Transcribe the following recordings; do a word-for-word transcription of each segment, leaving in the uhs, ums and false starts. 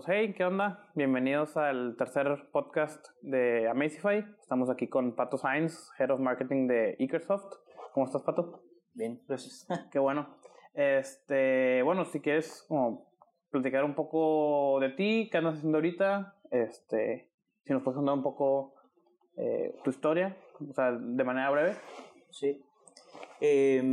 Pues hey, ¿qué onda? Bienvenidos al tercer podcast de Amazify. Estamos aquí con Pato Sainz, Head of Marketing de Ikersoft. ¿Cómo estás, Pato? Bien, gracias. Qué bueno. Este, bueno, si quieres como platicar un poco de ti, qué andas haciendo ahorita, este, si nos puedes contar un poco eh, tu historia, o sea, de manera breve. Sí. Eh,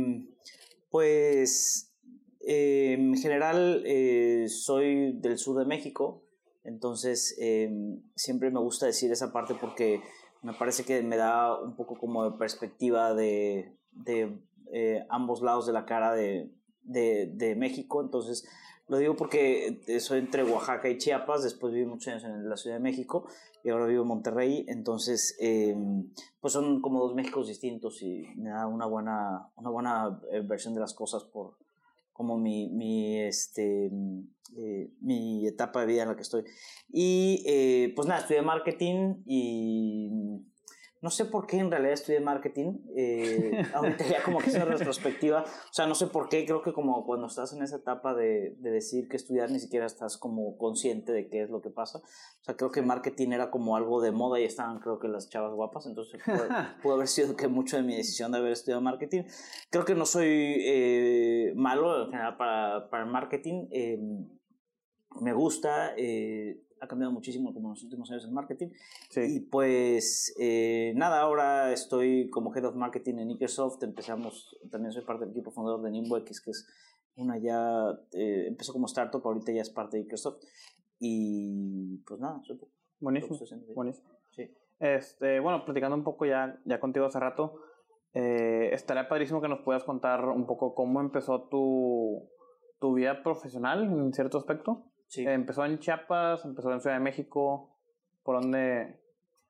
pues eh, en general eh, soy del sur de México, entonces eh, siempre me gusta decir esa parte porque me parece que me da un poco como de perspectiva de, de eh, ambos lados de la cara de, de, de México. Entonces lo digo porque soy entre Oaxaca y Chiapas, después viví muchos años en la Ciudad de México y ahora vivo en Monterrey, entonces eh, pues son como dos Méxicos distintos y me da una buena, una buena versión de las cosas por como mi, mi, este, eh, mi etapa de vida en la que estoy. Y eh, pues nada, estudié marketing y no sé por qué en realidad estudié marketing. Eh, ahorita ya como que es una retrospectiva. O sea, no sé por qué. Creo que como cuando estás en esa etapa de, de decir qué estudiar, ni siquiera estás como consciente de qué es lo que pasa. O sea, creo que marketing era como algo de moda y estaban creo que las chavas guapas. Entonces pudo, pudo haber sido que mucho de mi decisión de haber estudiado marketing. Creo que no soy eh, malo en general para, para el marketing. Eh, me gusta. Eh, ha cambiado muchísimo como en los últimos años el marketing. Sí. Y pues eh, nada, ahora estoy como Head of Marketing en Ikersoft. Empezamos, también soy parte del equipo fundador de NimboX, que es una ya, eh, empezó como startup, ahorita ya es parte de Ikersoft. Y pues nada, soy poco. Buenísimo, buenísimo. Sí. Este, bueno, platicando un poco ya, ya contigo hace rato, eh, estaría padrísimo que nos puedas contar un poco cómo empezó tu, tu vida profesional en cierto aspecto. Sí. Eh, empezó en Chiapas, empezó en Ciudad de México. ¿Por dónde?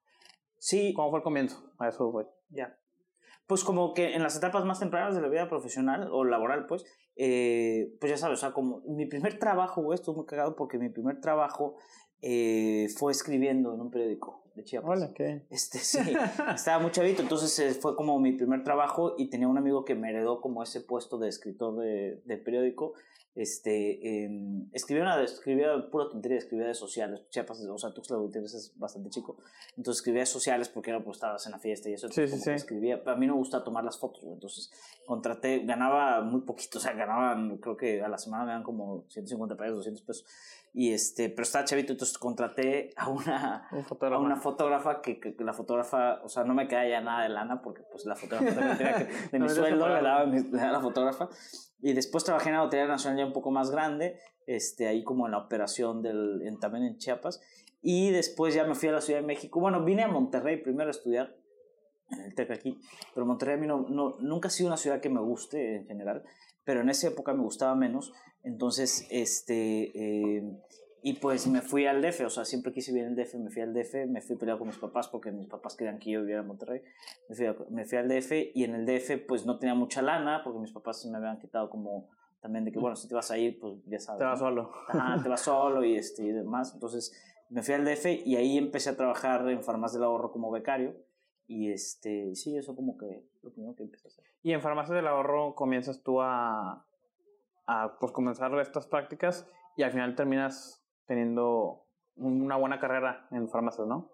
Sí. ¿Cómo fue el comienzo? A eso fue. Ya. Pues como que en las etapas más tempranas de la vida profesional o laboral, pues, eh, pues ya sabes, o sea, como mi primer trabajo, güey, estuvo muy cagado porque mi primer trabajo eh, fue escribiendo en un periódico de Chiapas. Hola, ¿qué? Este, sí, estaba muy chavito, entonces eh, fue como mi primer trabajo y tenía un amigo que me heredó como ese puesto de escritor de, de periódico. Este, eh, escribía una, escribía pura tontería, escribía de sociales, Chiapas, o sea, Tuxtla Gutiérrez es bastante chico, entonces escribía de sociales porque era pues estabas en la fiesta y eso, sí, sí, sí. escribía, a mí no me gusta tomar las fotos, entonces contraté, ganaba muy poquito, o sea, ganaban, creo que a la semana me dan como ciento cincuenta pesos, doscientos pesos, y este, pero estaba chavito, entonces contraté a una, un a una fotógrafa que, que, que la fotógrafa, o sea, no me queda ya nada de lana porque pues la fotógrafa también tenía que, de mi no, sueldo le daba, le daba la fotógrafa. Y después trabajé en la Lotería Nacional ya un poco más grande, este, ahí como en la operación del, en, también en Chiapas. Y después ya me fui a la Ciudad de México. Bueno, vine a Monterrey primero a estudiar, en el TEC aquí, pero Monterrey a mí no, no, nunca ha sido una ciudad que me guste en general, pero en esa época me gustaba menos. Entonces, este... Eh, y pues me fui al D F, o sea, siempre quise vivir en el D F, me fui al D F, me fui peleado con mis papás porque mis papás querían que yo viviera en Monterrey, me fui, a, me fui al D F y en el D F pues no tenía mucha lana porque mis papás me habían quitado como también de que bueno, si te vas a ir pues ya sabes. Te vas ¿no? solo. Ajá, te vas solo y, este, y demás, entonces me fui al D F y ahí empecé a trabajar en Farmacias del Ahorro como becario y este, sí, eso como que lo primero que empecé a hacer. Y en Farmacias del Ahorro comienzas tú a, a pues comenzar estas prácticas y al final terminas teniendo una buena carrera en farmacias, ¿no?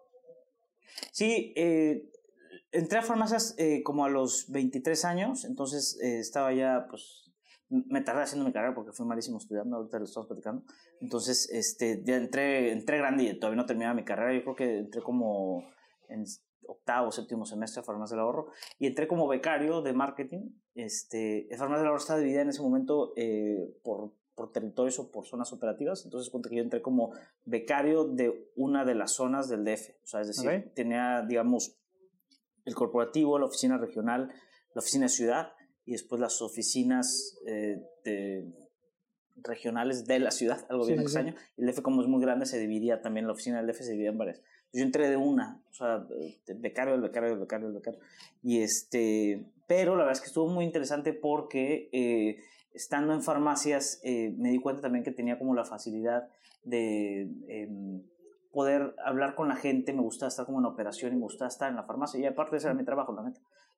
Sí, eh, entré a farmacias eh, como a los veintitrés años, entonces eh, estaba ya, pues, me tardé haciendo mi carrera porque fui malísimo estudiando, ahorita lo estamos platicando, entonces este, ya entré, entré grande y todavía no terminaba mi carrera, yo creo que entré como en octavo, séptimo semestre a Farmacias del Ahorro y entré como becario de marketing. Este, Farmacias del Ahorro estaba dividida en ese momento eh, por por territorios o por zonas operativas, entonces cuando yo entré como becario de una de las zonas del D F, o sea, es decir, okay. tenía, digamos, el corporativo, la oficina regional, la oficina de ciudad y después las oficinas eh, de, regionales de la ciudad, algo bien sí, extraño, sí. El D F como es muy grande se dividía también, la oficina del D F se dividía en varias, yo entré de una, o sea, de becario, del becario, del becario, del becario, y este, pero la verdad es que estuvo muy interesante porque eh, estando en farmacias eh, me di cuenta también que tenía como la facilidad de eh, poder hablar con la gente, me gustaba estar como en operación y me gustaba estar en la farmacia y aparte ese era mi trabajo, la neta.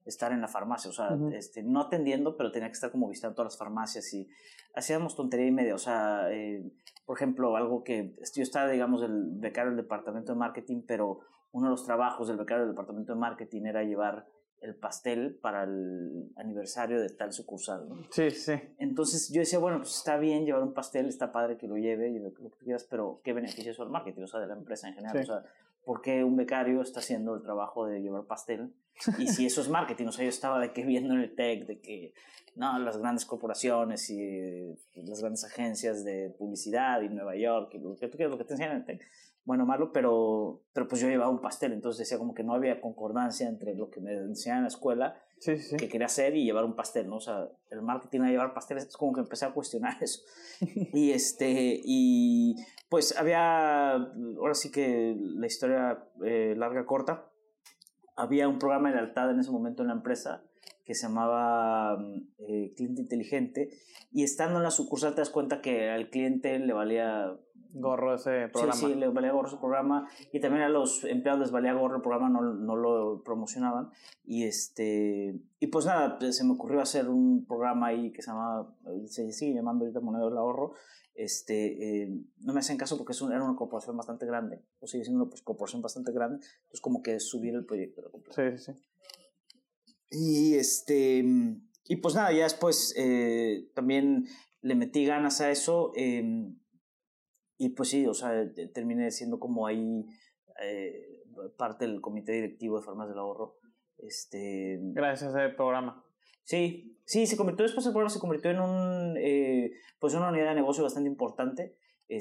estar en la farmacia, o sea, Uh-huh. este, no atendiendo, pero tenía que estar como visitando todas las farmacias y hacíamos tontería y media, o sea, eh, por ejemplo, algo que yo estaba, digamos, el becario del departamento de marketing, pero uno de los trabajos del becario del departamento de marketing era llevar el pastel para el aniversario de tal sucursal, ¿no? Sí, sí. Entonces yo decía, bueno, pues está bien llevar un pastel, está padre que lo lleve y lo que quieras, pero ¿qué beneficio es al marketing? O sea, de la empresa en general. Sí. O sea, ¿por qué un becario está haciendo el trabajo de llevar pastel? Y si eso es marketing, o sea, yo estaba de que viendo en el tech, de que, no, las grandes corporaciones y las grandes agencias de publicidad y Nueva York, y lo que tú quieras, lo que te enseñan en el tech, bueno, malo, pero, pero pues yo llevaba un pastel, entonces decía como que no había concordancia entre lo que me enseñaban en la escuela, sí, sí. que quería hacer y llevar un pastel, ¿no? O sea, el marketing a llevar pasteles, es como que empecé a cuestionar eso. y este, y pues había, ahora sí que la historia eh, larga, corta, había un programa de lealtad en ese momento en la empresa que se llamaba eh, Cliente Inteligente, y estando en la sucursal te das cuenta que al cliente le valía gorro ese programa. Sí, sí, le valía gorro ese programa, y también a los empleados les valía gorro el programa, no, no lo promocionaban, y este y pues nada, se me ocurrió hacer un programa ahí que se llamaba, se sigue llamando ahorita Moneda del Ahorro. Este, eh, no me hacen caso porque es un, era una corporación bastante grande, o sigue siendo una pues, corporación bastante grande, entonces como que subir el proyecto. Sí, sí, sí. Y este y pues nada, ya después eh, también le metí ganas a eso, eh, y pues sí, o sea, terminé siendo como ahí eh, parte del comité directivo de Farmacias del Ahorro. Este, Gracias a ese programa. Sí, sí, se convirtió después el programa se convirtió en un eh, pues una unidad de negocio bastante importante.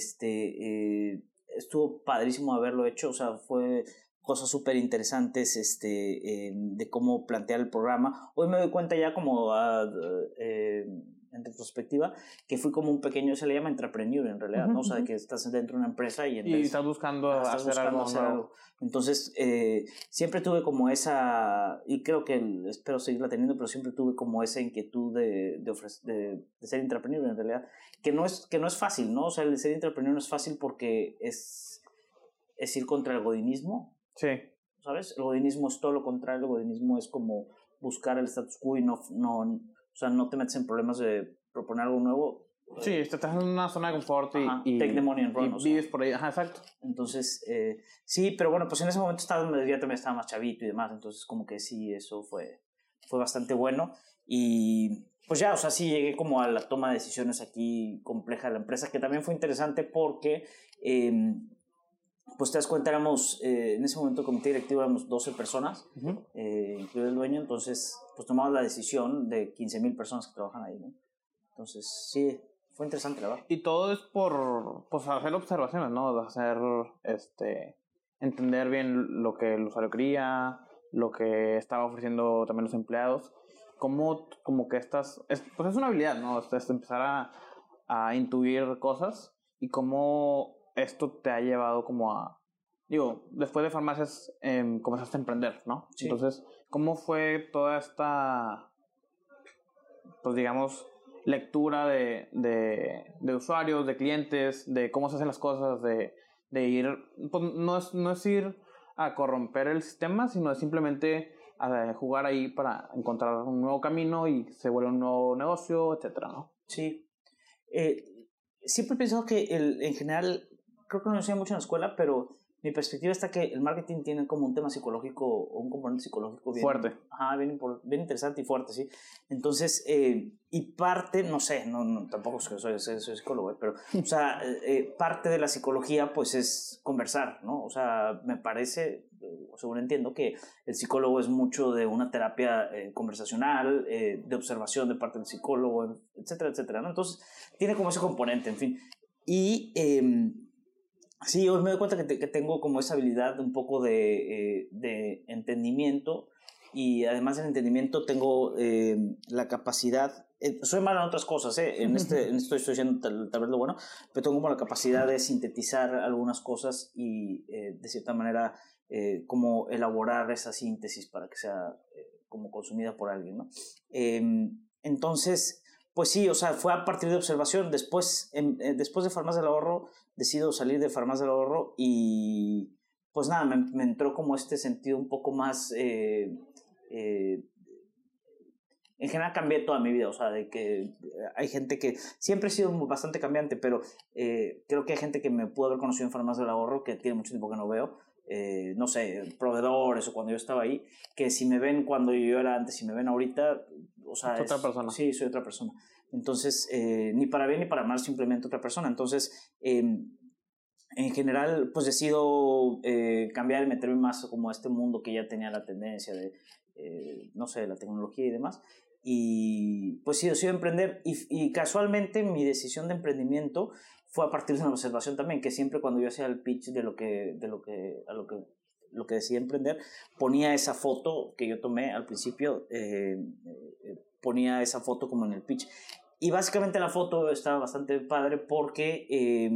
Este eh, estuvo padrísimo haberlo hecho, o sea, fue cosas súper interesantes este, eh, de cómo plantear el programa. Hoy me doy cuenta ya como uh, eh, en retrospectiva que fui como un pequeño, se le llama entrepreneur en realidad, uh-huh, ¿no? O sea, de que estás dentro de una empresa y, en y vez, estás buscando, ah, estás hacer, buscando algo, hacer no. algo. Entonces, eh, siempre tuve como esa, y creo que espero seguirla teniendo, pero siempre tuve como esa inquietud de, de, ofrecer, de, de ser entrepreneur en realidad, que no, es, que no es fácil, ¿no? O sea, el ser entrepreneur no es fácil porque es, es ir contra el godinismo. Sí. ¿Sabes? El godinismo es todo lo contrario, el godinismo es como buscar el status quo y no, no, o sea, no te metes en problemas de proponer algo nuevo. Sí, estás en una zona de confort y, ajá, y, take the money and run, y o sea, vives por ahí, ajá, exacto. Entonces, eh, sí, pero bueno, pues en ese momento estaba, ya también estaba más chavito y demás, entonces como que sí, eso fue, fue bastante bueno. Y pues ya, o sea, sí llegué como a la toma de decisiones aquí compleja de la empresa, que también fue interesante porque... Eh, pues te das cuenta, éramos, eh, en ese momento el comité directivo éramos doce personas, uh-huh, eh, incluido el dueño, entonces pues tomamos la decisión de quince mil personas que trabajan ahí, ¿no? Entonces sí, fue interesante, la verdad. Y todo es por pues, hacer observaciones, ¿no? De hacer, este, entender bien lo que el usuario quería, lo que estaba ofreciendo también los empleados, cómo como que estas, es, pues es una habilidad, ¿no? Es, es empezar a, a intuir cosas y cómo esto te ha llevado como a, digo, después de farmacias eh, comenzaste a emprender, ¿no? Sí. Entonces, ¿cómo fue toda esta, pues digamos, lectura de, de, de usuarios, de clientes, de cómo se hacen las cosas, de, de ir, pues no es, no es ir a corromper el sistema, sino es simplemente a jugar ahí para encontrar un nuevo camino y se vuelve un nuevo negocio, etcétera, ¿no? Sí. Eh, siempre he pensado que el, en general, creo que no lo enseñan mucho en la escuela, pero mi perspectiva está que el marketing tiene como un tema psicológico o un componente psicológico bien fuerte, ajá, bien, bien interesante y fuerte, sí. Entonces, eh, y parte, no sé, no, no tampoco soy, soy, soy psicólogo, eh, pero, o sea, eh, parte de la psicología, pues, es conversar, ¿no? O sea, me parece, eh, según entiendo, que el psicólogo es mucho de una terapia eh, conversacional, eh, de observación de parte del psicólogo, etcétera, etcétera, ¿no? Entonces, tiene como ese componente, en fin. Y... Eh, Sí, hoy me doy cuenta que, te, que tengo como esa habilidad un poco de, eh, de entendimiento, y además del entendimiento tengo eh, la capacidad, eh, soy malo en otras cosas, eh, en, este, en esto estoy diciendo tal, tal vez lo bueno, pero tengo como la capacidad de sintetizar algunas cosas y eh, de cierta manera eh, como elaborar esa síntesis para que sea eh, como consumida por alguien, ¿no? Eh, entonces... Pues sí, o sea, fue a partir de observación. Después, en, eh, después de Farmacias del Ahorro, decido salir de Farmacias del Ahorro y pues nada, me, me entró como este sentido un poco más, eh, eh, en general cambié toda mi vida, o sea, de que hay gente que siempre he sido bastante cambiante, pero eh, creo que hay gente que me pudo haber conocido en Farmacias del Ahorro, que tiene mucho tiempo que no veo, eh, no sé, proveedores o cuando yo estaba ahí, que si me ven cuando yo era antes, si me ven ahorita, o sea, es otra es, persona. Sí, soy otra persona. Entonces, eh, ni para bien ni para mal, simplemente otra persona. Entonces, eh, en general, pues decido eh, cambiar y meterme más como a este mundo que ya tenía la tendencia de, eh, no sé, la tecnología y demás. Y pues sí, decido emprender. Y, y casualmente mi decisión de emprendimiento fue a partir de una observación también, que siempre cuando yo hacía el pitch de lo que, de lo que, a lo que, lo que decidí emprender, ponía esa foto que yo tomé al principio, eh, eh, ponía esa foto como en el pitch. Y básicamente la foto estaba bastante padre porque eh,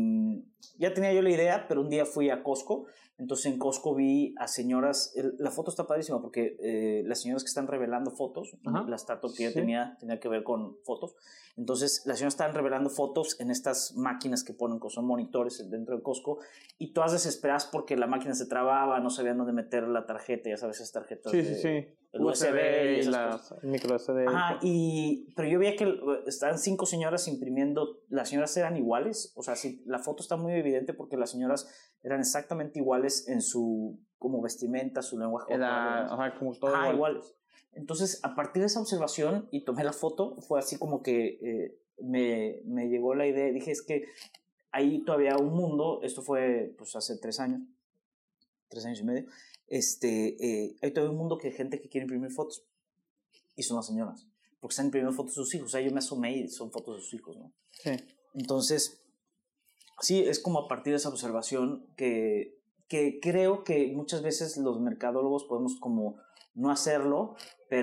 ya tenía yo la idea, pero un día fui a Costco. Entonces en Costco vi a señoras, el, la foto está padrísima porque eh, las señoras que están revelando fotos, Ajá. la startup que yo sí. tenía tenía que ver con fotos. Entonces las señoras estaban revelando fotos en estas máquinas que ponen, que son monitores dentro de Costco, y todas desesperadas porque la máquina se trababa, no sabían dónde meter la tarjeta, ya sabes, esas tarjetas sí, de... Sí, sí, el U S B y las micro U S B. Ajá, y, pero yo veía que estaban cinco señoras imprimiendo, las señoras eran iguales, o sea, sí, la foto está muy evidente porque las señoras eran exactamente iguales en su como vestimenta, su lenguaje corporal. Ajá, como todo ah, igual. iguales. Entonces, a partir de esa observación y tomé la foto, fue así como que eh, me, me llegó la idea, dije, es que hay todavía un mundo, esto fue pues hace tres años, tres años y medio, este, eh, hay todavía un mundo que hay gente que quiere imprimir fotos. Y son las señoras, porque están imprimiendo fotos de sus hijos. O sea, yo me asomé y son fotos de sus hijos, ¿no? Sí. Entonces, sí, es como a partir de esa observación que, que creo que muchas veces los mercadólogos podemos como no hacerlo,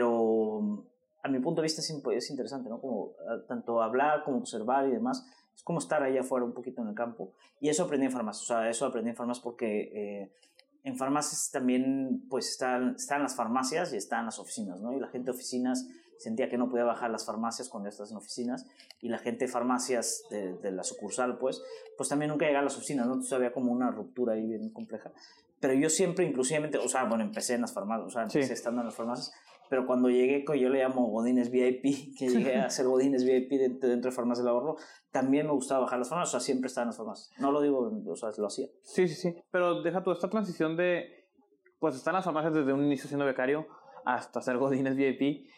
pero a mi punto de vista es, es interesante, ¿no? Como tanto hablar como observar y demás. Es como estar allá afuera un poquito en el campo. Y eso aprendí en farmacias. O sea, eso aprendí en farmacias porque... Eh, en farmacias también pues están, están las farmacias y están las oficinas, ¿no? Y la gente de oficinas sentía que no podía bajar las farmacias cuando estás en oficinas, y la gente de farmacias de, de la sucursal pues, pues también nunca llegaba a las oficinas, ¿no? Entonces había como una ruptura ahí bien compleja. Pero yo siempre, inclusivamente, o sea, bueno, empecé en las farmacias, o sea, empecé sí. estando en las farmacias, pero cuando llegué, yo le llamo Godínez V I P, que llegué a ser Godínez V I P dentro, dentro de Farmacias del Ahorro, también me gustaba bajar las farmacias, o sea, siempre estaba en las farmacias. No lo digo, o sea, lo hacía. Sí, sí, sí, pero deja tú esta transición de, pues, estar en las farmacias desde un inicio siendo becario hasta ser Godínez V I P,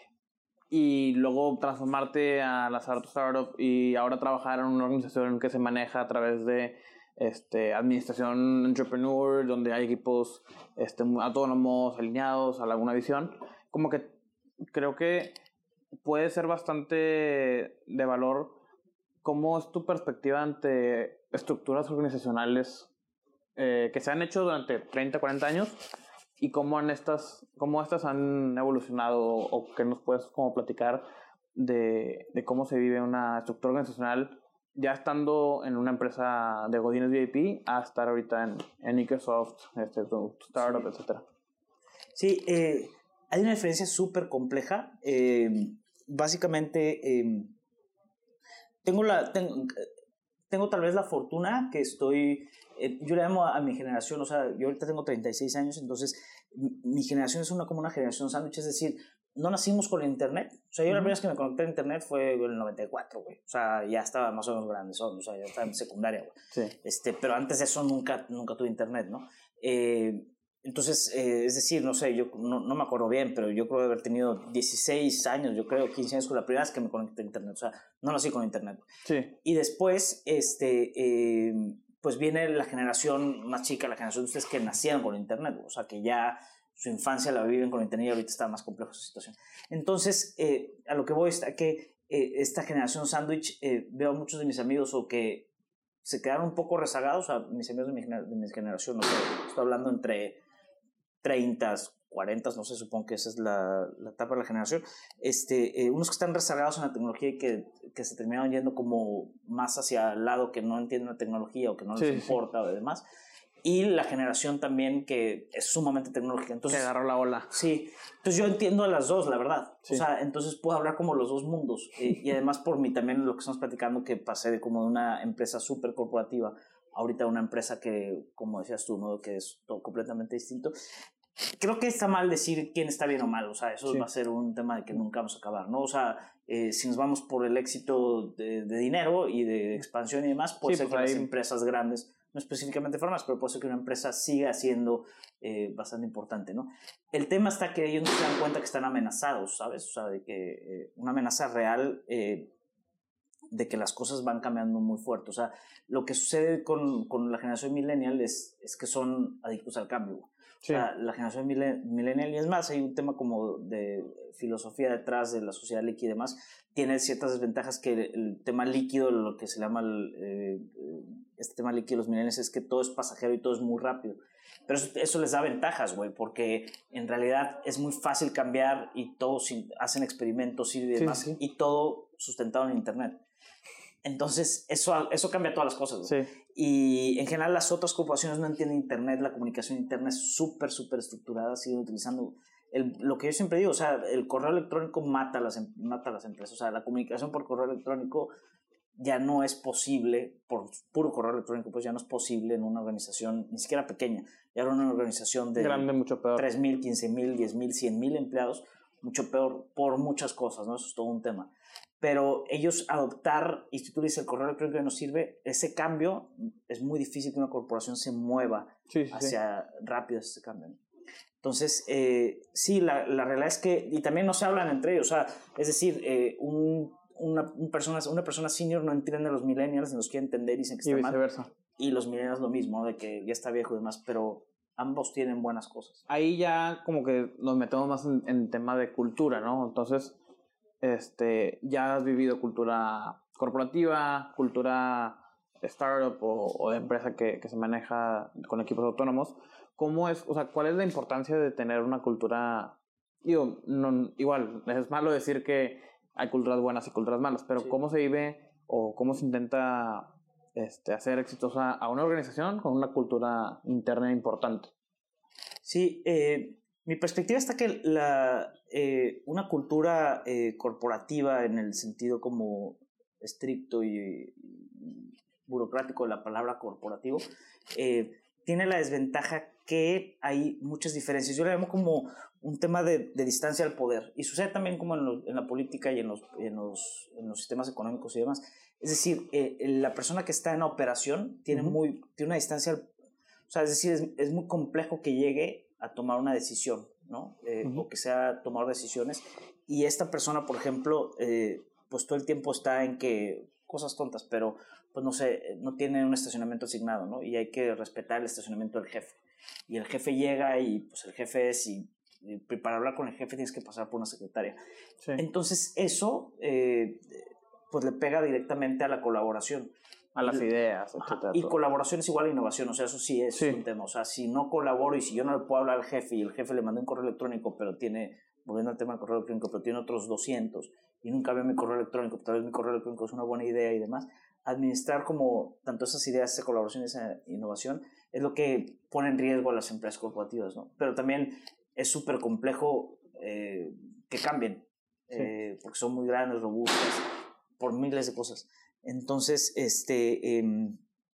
y luego transformarte a la startup y ahora trabajar en una organización que se maneja a través de este, administración entrepreneur, donde hay equipos este, autónomos, alineados a alguna visión. Como que creo que puede ser bastante de valor. ¿Cómo es tu perspectiva ante estructuras organizacionales eh, que se han hecho durante treinta, cuarenta años, y cómo, han estas, cómo estas han evolucionado, o qué nos puedes como platicar de, de cómo se vive una estructura organizacional ya estando en una empresa de Godínez V I P a estar ahorita en, en Microsoft, este, tu startup, sí. etcétera? Sí, eh, hay una diferencia súper compleja. Eh, básicamente, eh, tengo, la, tengo, tengo tal vez la fortuna que estoy... Eh, yo le llamo a, a mi generación, o sea, yo ahorita tengo treinta y seis años, entonces mi, mi generación es una, como una generación sándwich, es decir, no nacimos con el internet. O sea, yo uh-huh. la primera vez que me conecté a internet fue en el noventa y cuatro, güey. O sea, ya estaba más o menos grande, o sea, ya estaba en secundaria, güey. Sí. Este, pero antes de eso nunca, nunca tuve internet, ¿no? Eh, entonces, eh, es decir, no sé, yo no, no me acuerdo bien, pero yo creo haber tenido dieciséis años, yo creo quince años con la primera vez que me conecté a internet. O sea, no nací con internet. Sí. Y después, este... Eh, pues viene la generación más chica, la generación de ustedes que nacieron con internet, o sea, que ya su infancia la viven con internet y ahorita está más compleja su situación. Entonces, eh, a lo que voy es que eh, esta generación sándwich, eh, veo a muchos de mis amigos o que se quedaron un poco rezagados, o sea, mis amigos de mi, de mi generación, no sé, estoy hablando entre treinta, cuarenta, no sé, supongo que esa es la, la etapa de la generación, este, eh, unos que están rezagados en la tecnología y que, que se terminaron yendo como más hacia el lado que no entienden la tecnología o que no les sí, importa sí. o demás, y la generación también que es sumamente tecnológica. Entonces, que agarró la ola. Sí, entonces yo entiendo a las dos, la verdad. Sí. O sea, entonces puedo hablar como los dos mundos. Eh, y además por mí también lo que estamos platicando, que pasé de como de una empresa súper corporativa ahorita una empresa que, como decías tú, ¿no? Que es todo completamente distinto. creo que está mal decir quién está bien o mal, o sea, eso Sí. va a ser un tema de que nunca vamos a acabar, ¿no? O sea, eh, si nos vamos por el éxito de, de dinero y de expansión y demás, puede Sí, ser pues que ahí- las empresas grandes, no específicamente farmas, pero puede ser que una empresa siga siendo eh, bastante importante, ¿no? El tema está que ellos no se dan cuenta que están amenazados, ¿sabes? O sea, de que eh, una amenaza real eh, de que las cosas van cambiando muy fuerte. O sea, lo que sucede con, con la generación millennial es, es que son adictos al cambio, güey. Sí. O sea, la generación millennial, y es más, hay un tema como de filosofía detrás de la sociedad líquida y demás, tiene ciertas desventajas que el, el tema líquido, lo que se llama el, eh, este tema líquido de los millennials, es que todo es pasajero y todo es muy rápido. Pero eso, eso les da ventajas, güey, porque en realidad es muy fácil cambiar y todos hacen experimentos y demás, Sí, sí. y todo sustentado en internet. Entonces, eso, eso cambia todas las cosas, güey. Sí. Y en general las otras corporaciones no entienden internet, la comunicación interna es súper, súper estructurada, siguen utilizando el, lo que yo siempre digo, o sea, el correo electrónico mata a, las, mata a las empresas, o sea, la comunicación por correo electrónico ya no es posible, por puro correo electrónico, pues ya no es posible en una organización, ni siquiera pequeña, ya era una organización de Grande, mucho peor. tres mil, quince mil, diez mil, cien mil empleados, mucho peor por muchas cosas, ¿no? Eso es todo un tema. Pero ellos adoptar, y si tú dices el correo electrónico que nos sirve, ese cambio es muy difícil que una corporación se mueva Sí, sí, hacia sí. rápido ese cambio, ¿no? Entonces, eh, sí, la, la realidad es que, y también no se hablan entre ellos, o sea, es decir, eh, un, una, un persona, una persona senior no entiende a los millennials, los quiere entender y dicen que y está viceversa. mal. Y los millennials lo mismo, de que ya está viejo y demás, pero ambos tienen buenas cosas. Ahí ya como que nos metemos más en, en tema de cultura, ¿no? Entonces, este, ya has vivido cultura corporativa, cultura startup o, o de empresa que, que se maneja con equipos autónomos. ¿Cómo es, o sea, cuál es la importancia de tener una cultura? Digo, no, igual, es malo decir que hay culturas buenas y culturas malas, pero sí. ¿Cómo se vive o cómo se intenta este, hacer exitosa a una organización con una cultura interna importante? Sí, eh, mi perspectiva está que la, eh, una cultura eh, corporativa en el sentido como estricto y, y burocrático de la palabra corporativo eh, tiene la desventaja que hay muchas diferencias. Yo le llamo como un tema de, de distancia al poder, y sucede también como en, lo, en la política y en los, en, los, en los sistemas económicos y demás. Es decir, eh, la persona que está en la operación tiene, uh-huh. muy, tiene una distancia, o sea, es decir, es, es muy complejo que llegue a tomar una decisión, ¿no? Eh, uh-huh. O que sea tomar decisiones, y esta persona, por ejemplo, eh, pues todo el tiempo está en que cosas tontas, pero pues no sé, no tiene un estacionamiento asignado, ¿no? Y hay que respetar el estacionamiento del jefe. Y el jefe llega y pues el jefe es, y, y para hablar con el jefe tienes que pasar por una secretaria. Sí. Entonces eso, eh, pues le pega directamente a la colaboración. A las ideas, etcétera. Y colaboración es igual a innovación, o sea, eso sí es sí. un tema. O sea, si no colaboro y si yo no le puedo hablar al jefe y el jefe le mandé un correo electrónico, pero tiene, volviendo al tema del correo electrónico, pero tiene otros doscientos y nunca veo mi correo electrónico, tal vez mi correo electrónico es una buena idea y demás, administrar como tanto esas ideas, esa colaboración y esa innovación es lo que pone en riesgo a las empresas corporativas, ¿no? Pero también es súper complejo eh, que cambien, sí. eh, porque son muy grandes, robustas, por miles de cosas. Entonces, este, eh,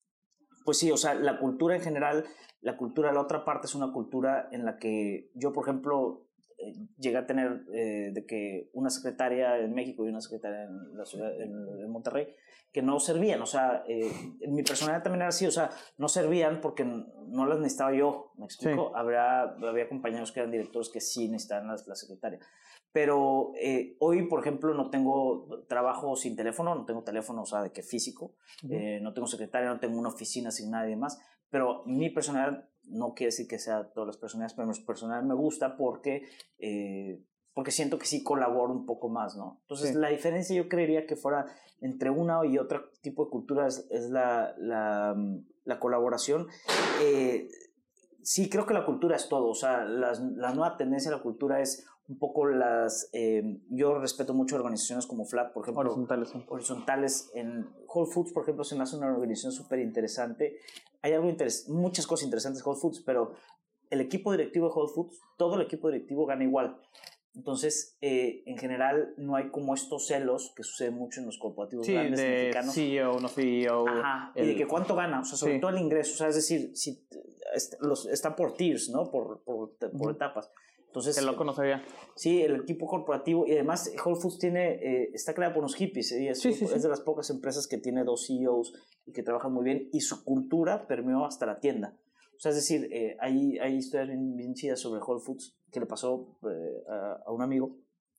pues sí, o sea, la cultura en general, la cultura, la otra parte es una cultura en la que yo, por ejemplo, eh, llegué a tener eh, de que una secretaria en México y una secretaria en la ciudad, en, en Monterrey, que no servían, o sea, eh, mi personalidad también era así, o sea, no servían porque no las necesitaba yo, ¿me explico? Sí. Habría, había compañeros que eran directores que sí necesitaban la, la secretaria. Pero eh, hoy, por ejemplo, no tengo trabajo sin teléfono, no tengo teléfono, o sea, de que físico, uh-huh. eh, no tengo secretaria, no tengo una oficina asignada y demás, pero mi personalidad, no quiere decir que sea todas las personalidades, pero mi personalidad me gusta porque, eh, porque siento que sí colaboro un poco más, ¿no? Entonces, sí. la diferencia yo creería que fuera entre una y otro tipo de cultura es, es la, la, la colaboración. Eh, sí, creo que la cultura es todo, o sea, las, la nueva tendencia de la cultura es un poco las, eh, yo respeto mucho organizaciones como Flat, por ejemplo. Horizontales. Sí. Horizontales. En Whole Foods, por ejemplo, se me hace una organización súper interesante. Hay algo interes- muchas cosas interesantes en Whole Foods, pero el equipo directivo de Whole Foods, todo el equipo directivo gana igual. Entonces, eh, en general, no hay como estos celos que suceden mucho en los corporativos sí, grandes de mexicanos. C E O, no C E O. Ajá, el... y de que cuánto gana, o sea, sobre sí. todo el ingreso, o sea, es decir, si los, está por tiers, ¿no? Por, por por uh-huh. etapas. Entonces, qué loco, no sabía. Sí, el equipo corporativo, y además Whole Foods tiene, eh, está creada por unos hippies, ¿eh? es, sí, sí, es sí. de las pocas empresas que tiene dos C E Os y que trabajan muy bien, y su cultura permeó hasta la tienda. O sea, es decir, eh, hay, hay historias bien, bien chidas sobre Whole Foods que le pasó eh, a, a un amigo,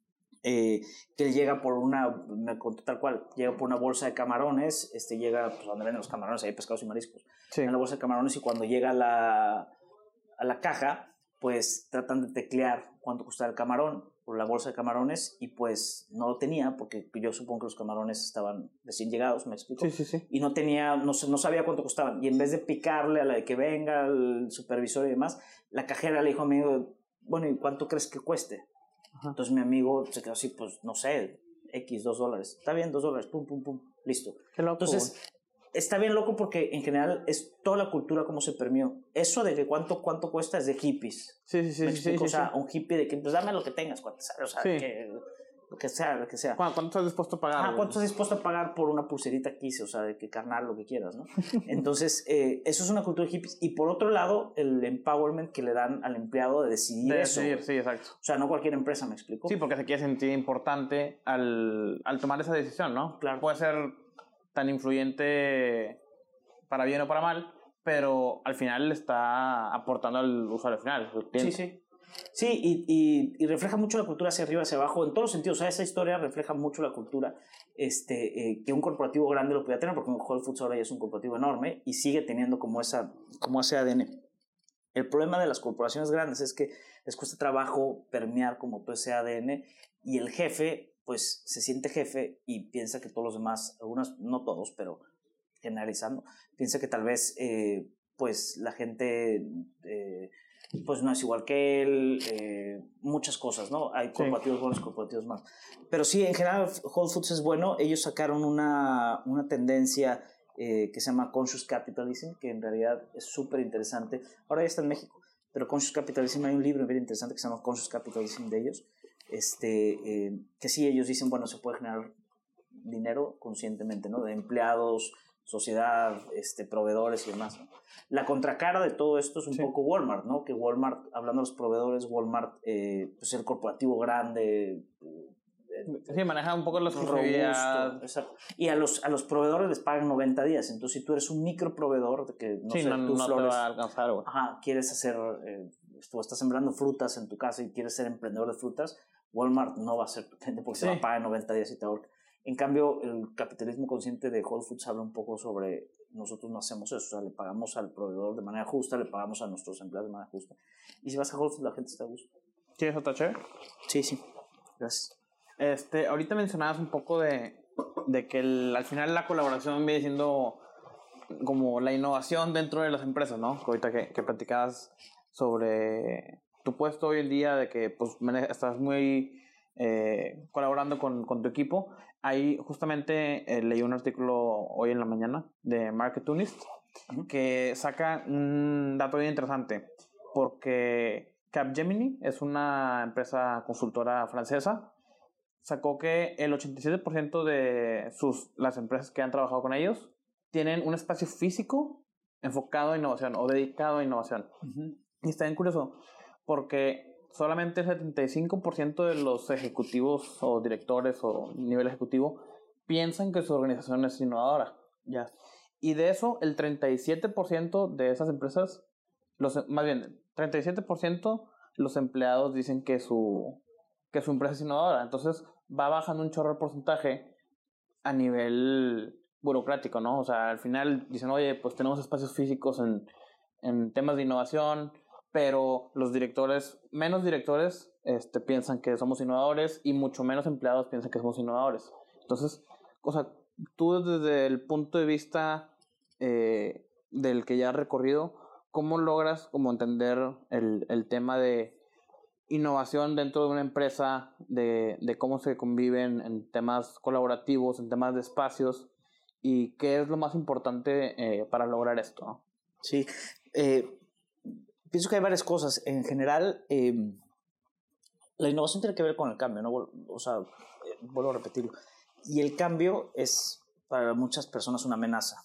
eh, que él llega por una, me contó tal cual, llega por una bolsa de camarones, este llega, pues donde venden los camarones, hay pescados y mariscos, sí. En la bolsa de camarones, y cuando llega a la, a la caja, pues tratan de teclear cuánto costaba el camarón por la bolsa de camarones, y pues no lo tenía, porque yo supongo que los camarones estaban recién llegados, me explico, sí, sí, sí. y no tenía, no, no sabía cuánto costaban, y en vez de picarle a la de que venga el supervisor y demás, la cajera le dijo a mi amigo, bueno, ¿y cuánto crees que cueste? Ajá. Entonces mi amigo se quedó así, pues no sé, X, dos dólares, está bien, dos dólares, pum, pum, pum, listo. Qué loco. Entonces, está bien loco porque en general es toda la cultura como se permeó. Eso de que cuánto, cuánto cuesta es de hippies. Sí, sí, sí. ¿Me explico? Sí, sí, o sea, sí. un hippie de que, pues dame lo que tengas, cuánto, o sea, sí. que, lo que sea, lo que sea. ¿Cuánto estás dispuesto a pagar? Ah, ¿cuánto estás dispuesto a pagar por una pulserita que hice? O sea, de que carnal, lo que quieras, ¿no? Entonces, eh, eso es una cultura de hippies. Y por otro lado, el empowerment que le dan al empleado de decidir de eso. decidir, sí, exacto. O sea, no cualquier empresa, ¿me explico? Sí, porque se quiere sentir importante al, al tomar esa decisión, ¿no? Claro. Puede ser tan influyente para bien o para mal, pero al final le está aportando al usuario final, al cliente. Sí, sí. Sí, y, y, y refleja mucho la cultura hacia arriba, hacia abajo, en todos los sentidos. O sea, esa historia refleja mucho la cultura este, eh, que un corporativo grande lo podía tener, porque Whole Foods ahora ya es un corporativo enorme y sigue teniendo como, esa, como ese A D N. El problema de las corporaciones grandes es que les cuesta trabajo permear como todo ese A D N, y el jefe, pues, se siente jefe y piensa que todos los demás, algunos, no todos, pero generalizando, piensa que tal vez, eh, pues, la gente... Eh, pues no es igual que él, eh, muchas cosas, ¿no? Hay corporativos sí. buenos, corporativos malos. Pero sí, en general, Whole Foods es bueno. Ellos sacaron una, una tendencia eh, que se llama Conscious Capitalism, que en realidad es súper interesante. Ahora ya está en México, pero Conscious Capitalism, hay un libro bien interesante que se llama Conscious Capitalism de ellos, este, eh, que sí, ellos dicen, bueno, se puede generar dinero conscientemente, ¿no? De empleados, sociedad, este, proveedores y demás, ¿no? La contracara de todo esto es un sí. poco Walmart, ¿no? Que Walmart, hablando de los proveedores, Walmart, eh, pues el corporativo grande... Eh, sí, maneja un poco la exclusividad. Y a los, a los proveedores les pagan noventa días. Entonces, si tú eres un microproveedor, de que no sí, sé, no, tú no flores, te va a alcanzar, güey. Ajá, quieres hacer... Eh, tú estás sembrando frutas en tu casa y quieres ser emprendedor de frutas, Walmart no va a ser tu cliente porque sí. te va a pagar noventa días y te ahorca. En cambio, el capitalismo consciente de Whole Foods habla un poco sobre nosotros no hacemos eso, o sea, le pagamos al proveedor de manera justa, le pagamos a nuestros empleados de manera justa. Y si vas a Whole Foods, la gente está a gusto. ¿Quieres otra chévere? Sí, sí. Gracias. Este, ahorita mencionabas un poco de, de que el, al final la colaboración viene siendo como la innovación dentro de las empresas, ¿no? Ahorita que, que platicabas sobre tu puesto hoy en día, de que pues estás muy eh, colaborando con, con tu equipo. Ahí justamente eh, leí un artículo hoy en la mañana de Marketunist uh-huh. que saca un dato bien interesante, porque Capgemini es una empresa consultora francesa, sacó que el ochenta y siete por ciento de sus, las empresas que han trabajado con ellos tienen un espacio físico enfocado a innovación o dedicado a innovación. Uh-huh. Y está bien curioso, porque solamente el setenta y cinco por ciento de los ejecutivos o directores o nivel ejecutivo piensan que su organización es innovadora. Ya. Y de eso, el treinta y siete por ciento de esas empresas, los, más bien, treinta y siete por ciento los empleados dicen que su, que su empresa es innovadora. Entonces, va bajando un chorro el porcentaje a nivel burocrático, ¿no? O sea, al final dicen, oye, pues tenemos espacios físicos en, en temas de innovación, pero los directores, menos directores, este, piensan que somos innovadores y mucho menos empleados piensan que somos innovadores. Entonces, o sea, tú desde el punto de vista eh, del que ya has recorrido, ¿cómo logras como entender el, el tema de innovación dentro de una empresa, de, de cómo se conviven en temas colaborativos, en temas de espacios, y qué es lo más importante eh, para lograr esto, ¿no? Sí, eh, pienso que hay varias cosas. En general, eh, la innovación tiene que ver con el cambio, ¿no? O sea, eh, vuelvo a repetirlo. Y el cambio es para muchas personas una amenaza.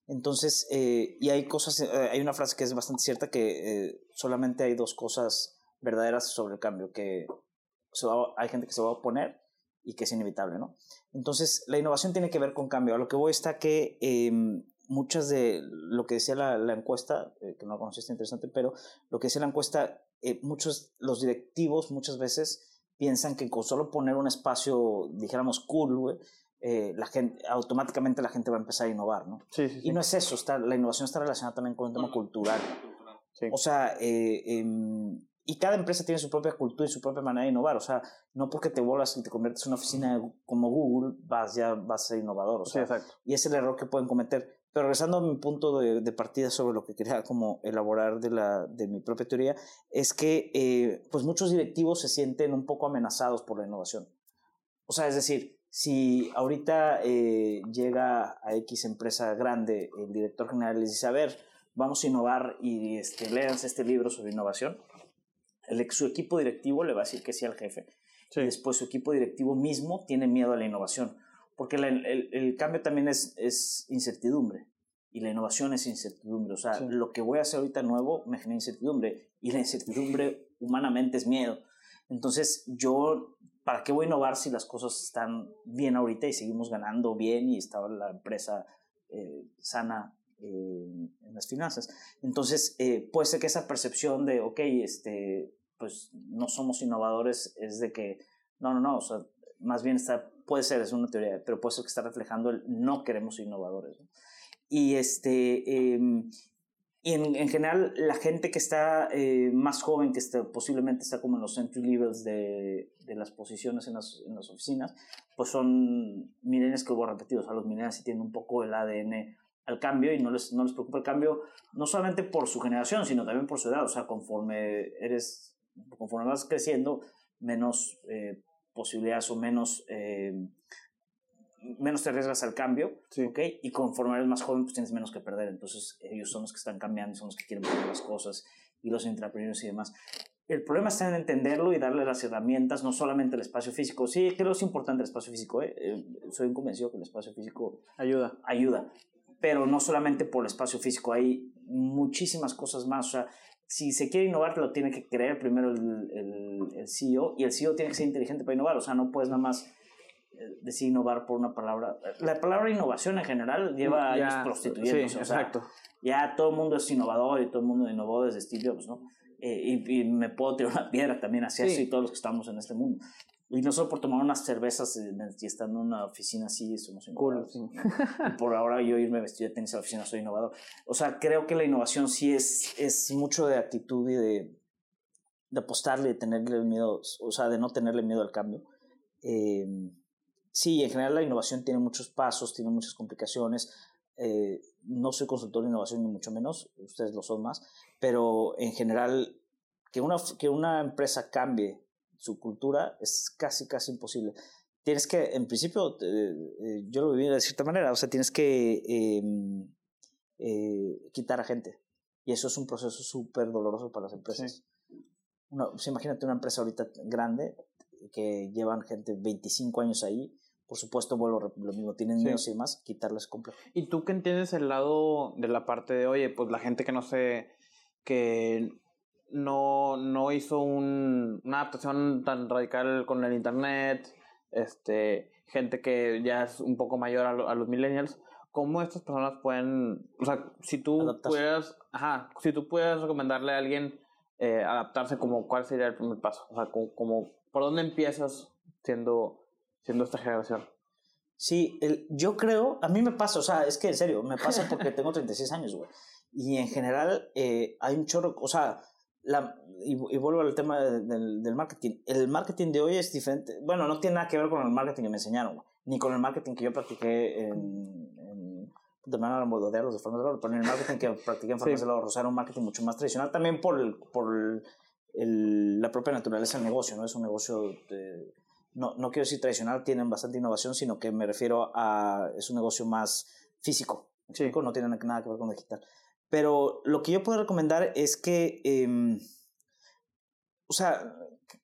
Entonces, eh, y hay cosas, eh, hay una frase que es bastante cierta, que eh, solamente hay dos cosas verdaderas sobre el cambio, que se va, hay gente que se va a oponer y que es inevitable, ¿no? Entonces, la innovación tiene que ver con cambio. A lo que voy está que eh, muchas de lo que decía la, la encuesta, eh, que no conocí, está interesante, pero lo que decía la encuesta, eh, muchos, los directivos muchas veces piensan que con solo poner un espacio, dijéramos, cool, güey, eh, la gente, automáticamente la gente va a empezar a innovar, ¿no? Sí, sí, sí. Y no es eso, está, la innovación está relacionada también con un tema cultural. Sí. O sea, eh, eh, y cada empresa tiene su propia cultura y su propia manera de innovar. O sea, no porque te vuelvas y te conviertes en una oficina como Google, vas ya vas a ser innovador. O sea, sí, exacto. Y es el error que pueden cometer. Pero regresando a mi punto de, de partida sobre lo que quería como elaborar de, la, de mi propia teoría, es que eh, pues muchos directivos se sienten un poco amenazados por la innovación. O sea, es decir, si ahorita eh, llega a X empresa grande, el director general les dice, a ver, vamos a innovar y este, léanse este libro sobre innovación, el, su equipo directivo le va a decir que sí al jefe. Sí. Y después su equipo directivo mismo tiene miedo a la innovación, porque la, el, el cambio también es, es incertidumbre y la innovación es incertidumbre. O sea, sí. Lo que voy a hacer ahorita nuevo me genera incertidumbre y la incertidumbre humanamente es miedo. Entonces yo, ¿para qué voy a innovar si las cosas están bien ahorita y seguimos ganando bien y está la empresa eh, sana eh, en las finanzas? Entonces eh, puede ser que esa percepción de, ok, este, pues no somos innovadores, es de que, no, no, no, o sea, más bien está, puede ser, es una teoría, pero puede ser que está reflejando el no queremos ser innovadores, ¿no? Y este... Eh, Y en, en general, la gente que está eh, más joven, que está, posiblemente está como en los entry levels de, de las posiciones en las, en las oficinas, pues son millennials que hubo repetidos. O sea, los millennials sí tienen un poco el A D N al cambio y no les, no les preocupa el cambio, no solamente por su generación, sino también por su edad. O sea, conforme eres, conforme vas creciendo, menos eh, posibilidades o menos... Eh, menos te arriesgas al cambio, sí. ¿Okay? Y conforme eres más joven, pues tienes menos que perder. Entonces, ellos son los que están cambiando, son los que quieren poner las cosas, y los intrapreneurs y demás. El problema está en entenderlo y darle las herramientas, no solamente el espacio físico. Sí, creo que es importante el espacio físico, ¿eh? Eh, soy convencido que el espacio físico ayuda. ayuda, pero no solamente por el espacio físico, hay muchísimas cosas más. O sea, si se quiere innovar, lo tiene que creer primero el, el, el C E O, y el C E O tiene que ser inteligente para innovar. O sea, no puedes nada más decir innovar por una palabra. La palabra innovación en general lleva ya, años prostituyéndose. Sí, o exacto. Sea, ya todo el mundo es innovador y todo el mundo innovó desde Steve Jobs, ¿no? Eh, y, y me puedo tirar una piedra también hacia sí. Eso y todos los que estamos en este mundo. Y no solo por tomar unas cervezas y estar en una oficina así somos innovadores. Cool, sí. Y por ahora yo irme vestido de tenis a la oficina soy innovador. O sea, creo que la innovación sí es, es mucho de actitud y de, de apostarle, de tenerle miedo, o sea, de no tenerle miedo al cambio. Eh, Sí, en general la innovación tiene muchos pasos, tiene muchas complicaciones. Eh, no soy consultor de innovación ni mucho menos, ustedes lo son más, pero en general que una, que una empresa cambie su cultura es casi, casi imposible. Tienes que, en principio, eh, eh, yo lo viví de cierta manera, o sea, tienes que eh, eh, quitar a gente. Y eso es un proceso súper doloroso para las empresas. Sí. Una, pues imagínate una empresa ahorita grande que llevan gente veinticinco años ahí. Por supuesto, vuelvo lo mismo, tienen miedo sí. Y demás, quitarles complejo. ¿Y tú qué entiendes el lado de la parte de, oye, pues la gente que no sé, que no, no hizo un, una adaptación tan radical con el internet, este, gente que ya es un poco mayor a, lo, a los millennials, ¿cómo estas personas pueden, o sea, si tú adaptarse. pudieras, ajá, si tú pudieras recomendarle a alguien eh, adaptarse, como, ¿cuál sería el primer paso? O sea, como, como ¿por dónde empiezas siendo... siendo esta generación? Sí, el, yo creo, a mí me pasa, o sea, es que en serio, me pasa porque tengo treinta y seis años, güey. Y en general eh, hay un chorro, o sea, la, y, y vuelvo al tema de, de, del marketing. El marketing de hoy es diferente. Bueno, no tiene nada que ver con el marketing que me enseñaron, güey, ni con el marketing que yo practiqué en, en de manera de los de formas de oro, pero en el marketing que practiqué en formas sí. de oro, o sea, era un marketing mucho más tradicional, también por, el, por el, el, la propia naturaleza del negocio, ¿no? Es un negocio de... No, no quiero decir tradicional, tienen bastante innovación, sino que me refiero a... es un negocio más físico, sí. No tiene nada que ver con digital. Pero lo que yo puedo recomendar es que, eh, o sea,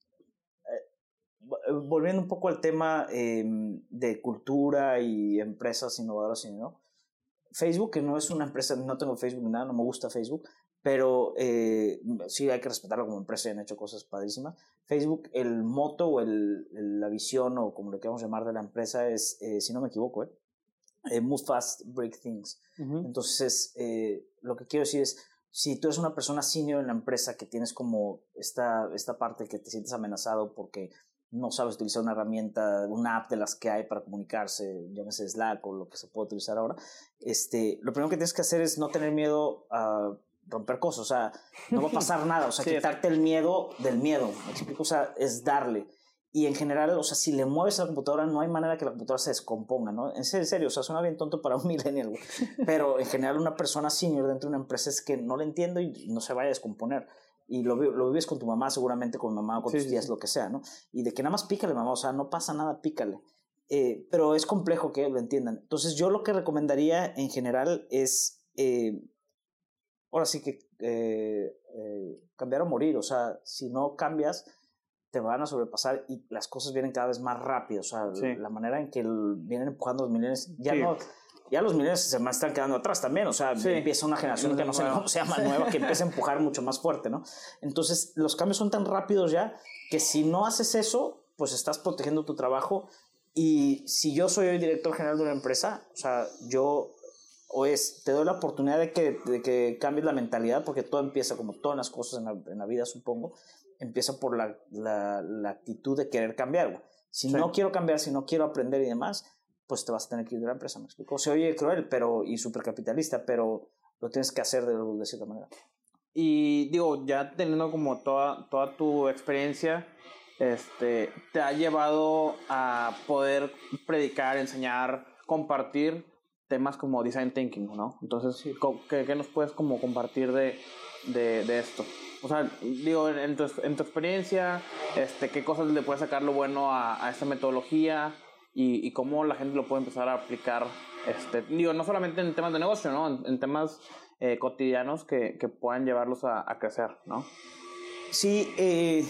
eh, volviendo un poco al tema eh, de cultura y empresas innovadoras, ¿no? Facebook, que no es una empresa, no tengo Facebook ni nada, no me gusta Facebook, pero eh, sí hay que respetarlo como empresa y han hecho cosas padrísimas. Facebook, el moto o el, el, la visión o como le queramos llamar de la empresa es, eh, si no me equivoco, eh, eh, move fast, break things. Uh-huh. Entonces, eh, lo que quiero decir es, si tú eres una persona senior en la empresa que tienes como esta, esta parte que te sientes amenazado porque no sabes utilizar una herramienta, una app de las que hay para comunicarse, llámese Slack o lo que se puede utilizar ahora, este, lo primero que tienes que hacer es no tener miedo a romper cosas, o sea, no va a pasar nada, o sea, sí, quitarte el miedo del miedo, ¿me explico? O sea, es darle. Y en general, o sea, si le mueves a la computadora, no hay manera que la computadora se descomponga, ¿no? En serio, en serio, o sea, suena bien tonto para un millennial, güey. Pero en general una persona senior dentro de una empresa es que no le entiendo y no se vaya a descomponer. Y lo, lo vives con tu mamá, seguramente con mamá o con sí, tus tías, sí, lo que sea, ¿no? Y de que nada más pícale, mamá, o sea, no pasa nada, pícale. Eh, pero es complejo que lo entiendan. Entonces, yo lo que recomendaría en general es, eh, ahora sí que eh, eh, cambiar o morir. O sea, si no cambias, te van a sobrepasar y las cosas vienen cada vez más rápido. O sea, sí, la manera en que el, vienen empujando los millennials, ya sí, no... Ya los millennials se me están quedando atrás también, o sea, sí, empieza una generación que no sé cómo se llama nueva, que empieza a empujar mucho más fuerte, ¿no? Entonces, los cambios son tan rápidos ya que si no haces eso, pues estás protegiendo tu trabajo. Y si yo soy el director general de una empresa, o sea, yo, o es, te doy la oportunidad de que, de que cambies la mentalidad, porque todo empieza, como todas las cosas en la, en la vida, supongo, empieza por la, la, la actitud de querer cambiar. Si sí, no quiero cambiar, si no quiero aprender y demás, pues te vas a tener que ir de la empresa, ¿me explico? Se oye cruel pero, y supercapitalista, pero lo tienes que hacer de, de cierta manera. Y digo, ya teniendo como toda, toda tu experiencia, este, te ha llevado a poder predicar, enseñar, compartir temas como design thinking, ¿no? Entonces, sí, ¿qué, qué nos puedes como compartir de, de, de esto? O sea, digo, en tu, en tu experiencia, este, ¿qué cosas le puedes sacar lo bueno a, a esta metodología? Y, y cómo la gente lo puede empezar a aplicar, este, digo, no solamente en temas de negocio, ¿no? En, en temas eh, cotidianos que, que puedan llevarlos a, a crecer, ¿no? Sí, eh,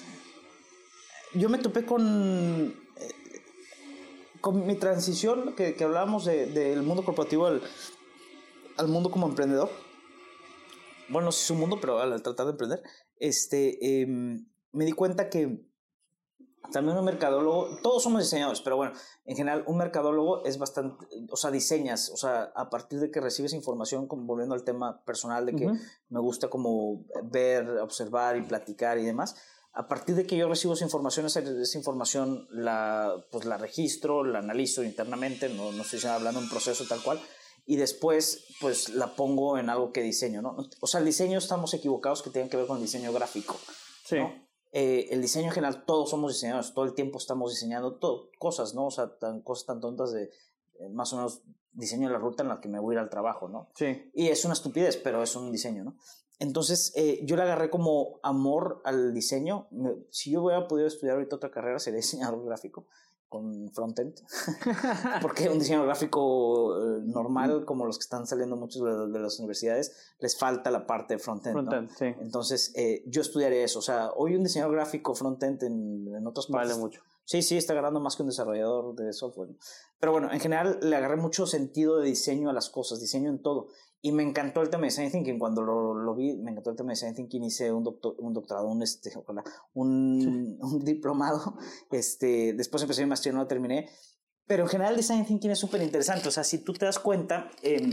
yo me topé con, eh, con mi transición, que, que hablábamos de, del mundo corporativo al, al mundo como emprendedor. Bueno, no sé si es un mundo, pero al tratar de emprender, este, eh, me di cuenta que también un mercadólogo, todos somos diseñadores, pero bueno, en general un mercadólogo es bastante, o sea, diseñas, o sea, a partir de que recibes información, como volviendo al tema personal de que uh-huh. me gusta como ver, observar y platicar y demás, a partir de que yo recibo esa información, esa, esa información la, pues la registro, la analizo internamente, no, no estoy hablando de un proceso tal cual, y después pues la pongo en algo que diseño, ¿no? O sea, el diseño estamos equivocados que tienen que ver con el diseño gráfico, sí. ¿no? Eh, el diseño en general, todos somos diseñadores, todo el tiempo estamos diseñando todo, cosas, ¿no? O sea, tan, cosas tan tontas de eh, más o menos diseño la ruta en la que me voy a ir al trabajo, ¿no? Sí. Y es una estupidez, pero es un diseño, ¿no? Entonces, eh, yo le agarré como amor al diseño. Me, si yo hubiera podido estudiar ahorita otra carrera, sería diseñador gráfico con frontend, porque un diseño gráfico eh, normal, como los que están saliendo muchos de, de las universidades, les falta la parte de frontend, frontend, ¿no? Sí. Entonces, eh, yo estudiaré eso. O sea, hoy un diseñador gráfico frontend en, en otras partes... Vale mucho. Sí, sí, está agarrando más que un desarrollador de software. Pero bueno, en general le agarré mucho sentido de diseño a las cosas, diseño en todo. Y me encantó el tema de Design Thinking. Cuando lo, lo vi, me encantó el tema de Design Thinking. Hice un, doctor, un doctorado, un, este, ojalá, un, un diplomado. Este, después empecé mi maestría, no lo terminé. Pero en general Design Thinking es súper interesante. O sea, si tú te das cuenta... Eh,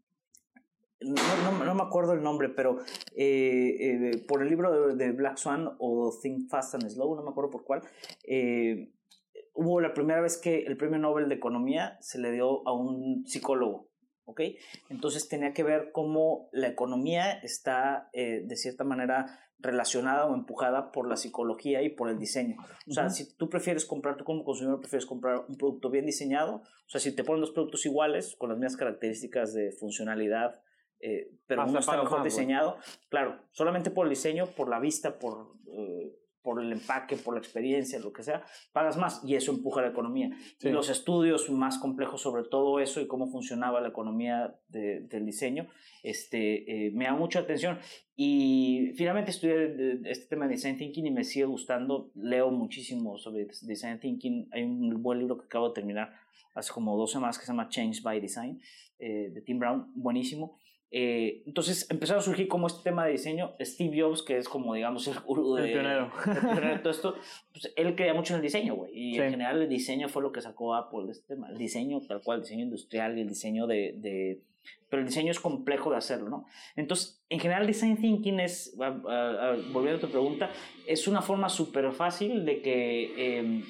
No, no, no me acuerdo el nombre, pero eh, eh, por el libro de, de Black Swan o Think Fast and Slow, no me acuerdo por cuál, eh, hubo la primera vez que el premio Nobel de Economía se le dio a un psicólogo, ¿ok? Entonces tenía que ver cómo la economía está eh, de cierta manera relacionada o empujada por la psicología y por el diseño. O sea, uh-huh. si tú prefieres comprar, tú como consumidor prefieres comprar un producto bien diseñado, o sea, si te ponen dos productos iguales, con las mismas características de funcionalidad, Eh, pero uno está mejor diseñado, claro, solamente por el diseño, por la vista, por, eh, por el empaque, por la experiencia, lo que sea, pagas más y eso empuja la economía. Sí. Y los estudios más complejos sobre todo eso y cómo funcionaba la economía de, del diseño, este, eh, me da mucha atención. Y finalmente estudié este tema de Design Thinking y me sigue gustando, leo muchísimo sobre Design Thinking. Hay un buen libro que acabo de terminar hace como dos semanas que se llama Change by Design, eh, de Tim Brown, buenísimo. Eh, entonces empezaron a surgir como este tema de diseño. Steve Jobs, que es como, digamos, el gurú de, el pionero. el pionero de todo esto, pues él creía mucho en el diseño, güey. Y sí. en general el diseño fue lo que sacó Apple de este tema. El diseño tal cual, el diseño industrial y el diseño de, de... Pero el diseño es complejo de hacerlo, ¿no? Entonces, en general, Design Thinking es, a, a, a, volviendo a tu pregunta, es una forma súper fácil de que... Eh,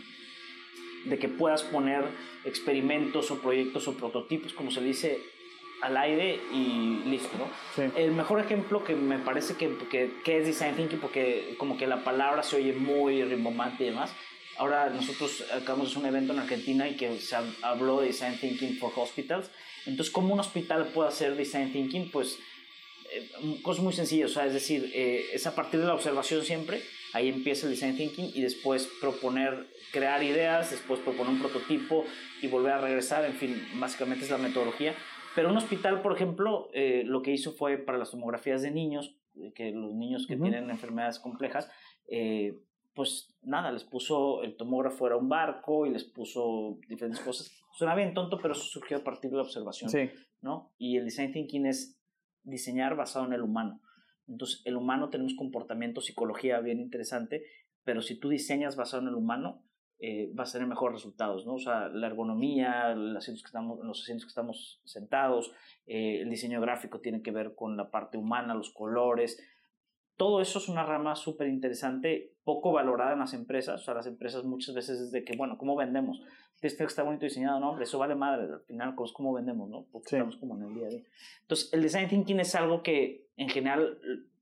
de que puedas poner experimentos o proyectos o prototipos, como se dice, al aire y listo, ¿no? Sí. El mejor ejemplo que me parece que, que, que es Design Thinking, porque como que la palabra se oye muy rimbombante y demás. Ahora nosotros acabamos de hacer un evento en Argentina y que se habló de Design Thinking for Hospitals. Entonces, ¿cómo un hospital puede hacer Design Thinking? Pues eh, cosas muy sencillas, o sea, es decir, eh, es a partir de la observación siempre, ahí empieza el Design Thinking y después proponer, crear ideas, después proponer un prototipo y volver a regresar, en fin, básicamente es la metodología. Pero un hospital, por ejemplo, eh, lo que hizo fue para las tomografías de niños, que los niños que uh-huh. tienen enfermedades complejas, eh, pues nada, les puso el tomógrafo era un barco y les puso diferentes cosas. Suena bien tonto, pero eso surgió a partir de la observación, sí. ¿no? Y el Design Thinking es diseñar basado en el humano. Entonces, el humano tenemos comportamiento, psicología bien interesante, pero si tú diseñas basado en el humano, Eh, vas a tener mejores resultados, ¿no? O sea, la ergonomía, los asientos que estamos, los asientos que estamos sentados, eh, el diseño gráfico tiene que ver con la parte humana, los colores. Todo eso es una rama súper interesante, poco valorada en las empresas. O sea, las empresas muchas veces es de que, bueno, ¿cómo vendemos? Tienes que estar bonito diseñado, no, hombre, eso vale madre. Al final, es cómo vendemos, ¿no? Porque sí. estamos como en el día a día. Entonces, el Design Thinking es algo que, en general...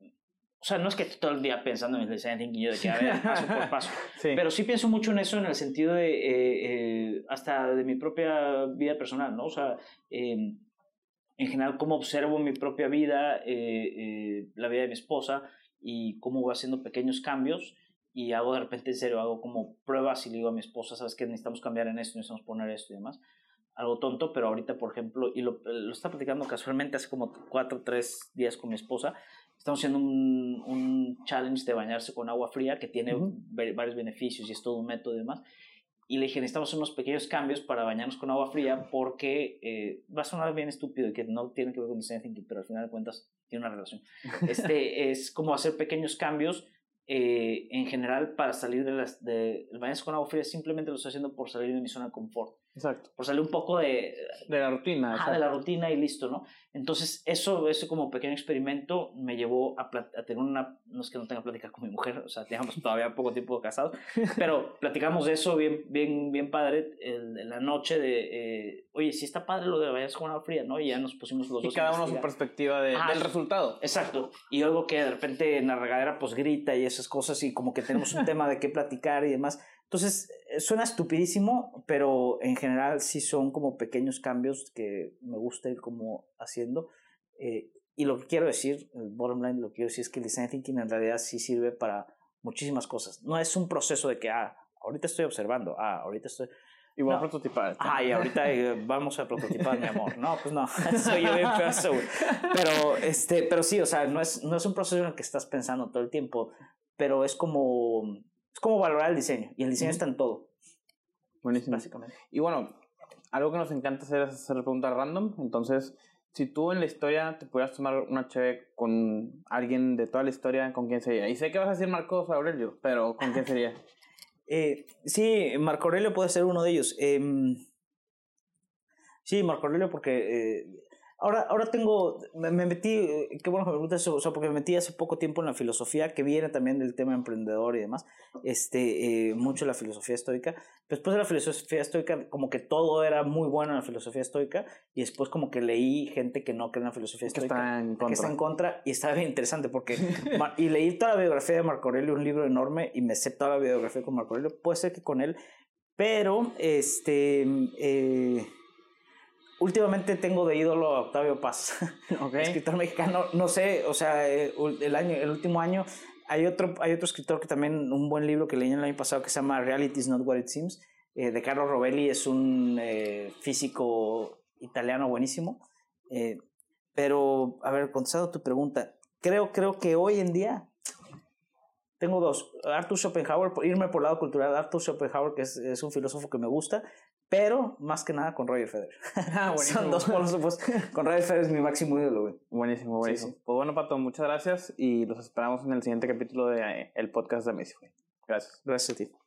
O sea, no es que esté todo el día pensando en el design thinking yo de que a ver, paso por paso. Sí. Pero sí pienso mucho en eso en el sentido de, eh, eh, hasta de mi propia vida personal, ¿no? O sea, eh, en general, cómo observo mi propia vida, eh, eh, la vida de mi esposa y cómo voy haciendo pequeños cambios y hago de repente en serio, hago como pruebas y le digo a mi esposa, ¿sabes qué? Necesitamos cambiar en esto, necesitamos poner esto y demás. Algo tonto, pero ahorita, por ejemplo, y lo, lo estaba platicando casualmente hace como cuatro o tres días con mi esposa. Estamos haciendo un, un challenge de bañarse con agua fría que tiene uh-huh. varios beneficios y es todo un método y demás. Y le dije, necesitamos unos pequeños cambios para bañarnos con agua fría porque eh, va a sonar bien estúpido y que no tiene que ver con design thinking, pero al final de cuentas tiene una relación. Este, es como hacer pequeños cambios eh, en general para salir de las... De, el bañarse con agua fría simplemente lo estoy haciendo por salir de mi zona de confort. Exacto. Por salir un poco de... De la rutina. Ah, de la rutina y listo, ¿no? Entonces, eso, eso como pequeño experimento me llevó a, plat- a tener una... No es que no tenga plática con mi mujer, o sea, teníamos todavía poco tiempo casados, pero platicamos de eso bien, bien, bien padre el, en la noche de... Eh, Oye, sí está padre lo de bañarse con agua fría, ¿no? Y ya nos pusimos los y dos... Y cada uno su perspectiva de, ah, del resultado. Exacto. Y algo que de repente en la regadera pues grita y esas cosas y como que tenemos un tema de qué platicar y demás... Entonces, suena estupidísimo, pero en general sí son como pequeños cambios que me gusta ir como haciendo. Eh, y lo que quiero decir, el bottom line, lo que quiero decir es que el Design Thinking en realidad sí sirve para muchísimas cosas. No es un proceso de que, ah, ahorita estoy observando, ah, ahorita estoy... Y voy no. a prototipar. Ah, y ahorita eh, vamos a prototipar, mi amor. No, pues no, soy yo bien pedazo, güey. Pero, este, pero sí, o sea, no es, no es un proceso en el que estás pensando todo el tiempo, pero es como... Es como valorar el diseño, y el diseño uh-huh. está en todo. Buenísimo. Básicamente. Y bueno, algo que nos encanta hacer es hacer preguntas random. Entonces, si tú en la historia te pudieras tomar una cheve con alguien de toda la historia, ¿con quién sería? Y sé que vas a decir Marcos Aurelio, pero ¿con quién sería? eh, sí, Marco Aurelio puede ser uno de ellos. Eh, sí, Marco Aurelio porque... Eh, Ahora, ahora tengo, me, me metí, qué bueno que me preguntas eso, o sea, porque me metí hace poco tiempo en la filosofía, que viene también del tema emprendedor y demás, este, eh, mucho la filosofía estoica. Después de la filosofía estoica, como que todo era muy bueno en la filosofía estoica, y después como que leí gente que no cree en la filosofía estoica, que está en contra, que está en contra y estaba bien interesante, porque, y leí toda la biografía de Marco Aurelio, un libro enorme, y me sé toda la biografía con Marco Aurelio, puede ser que con él, pero, este, eh... últimamente tengo de ídolo a Octavio Paz, okay. escritor mexicano. No sé, o sea, el año, el último año hay otro, hay otro escritor que también, un buen libro que leí el año pasado que se llama Reality is not what it seems, eh, de Carlo Rovelli, es un eh, físico italiano buenísimo. Eh, pero, a ver, contestando tu pregunta, creo, creo que hoy en día tengo dos. Arthur Schopenhauer, por irme por el lado cultural, Arthur Schopenhauer, que es, es un filósofo que me gusta, pero más que nada con Roger Federer. Ah, buenísimo. Son dos polos opuestos. Con Roger Federer es mi máximo ídolo, güey. Buenísimo, buenísimo. Sí, sí. Pues bueno, Pato, muchas gracias y los esperamos en el siguiente capítulo de eh, el podcast de Messi, güey. Gracias. Gracias a ti.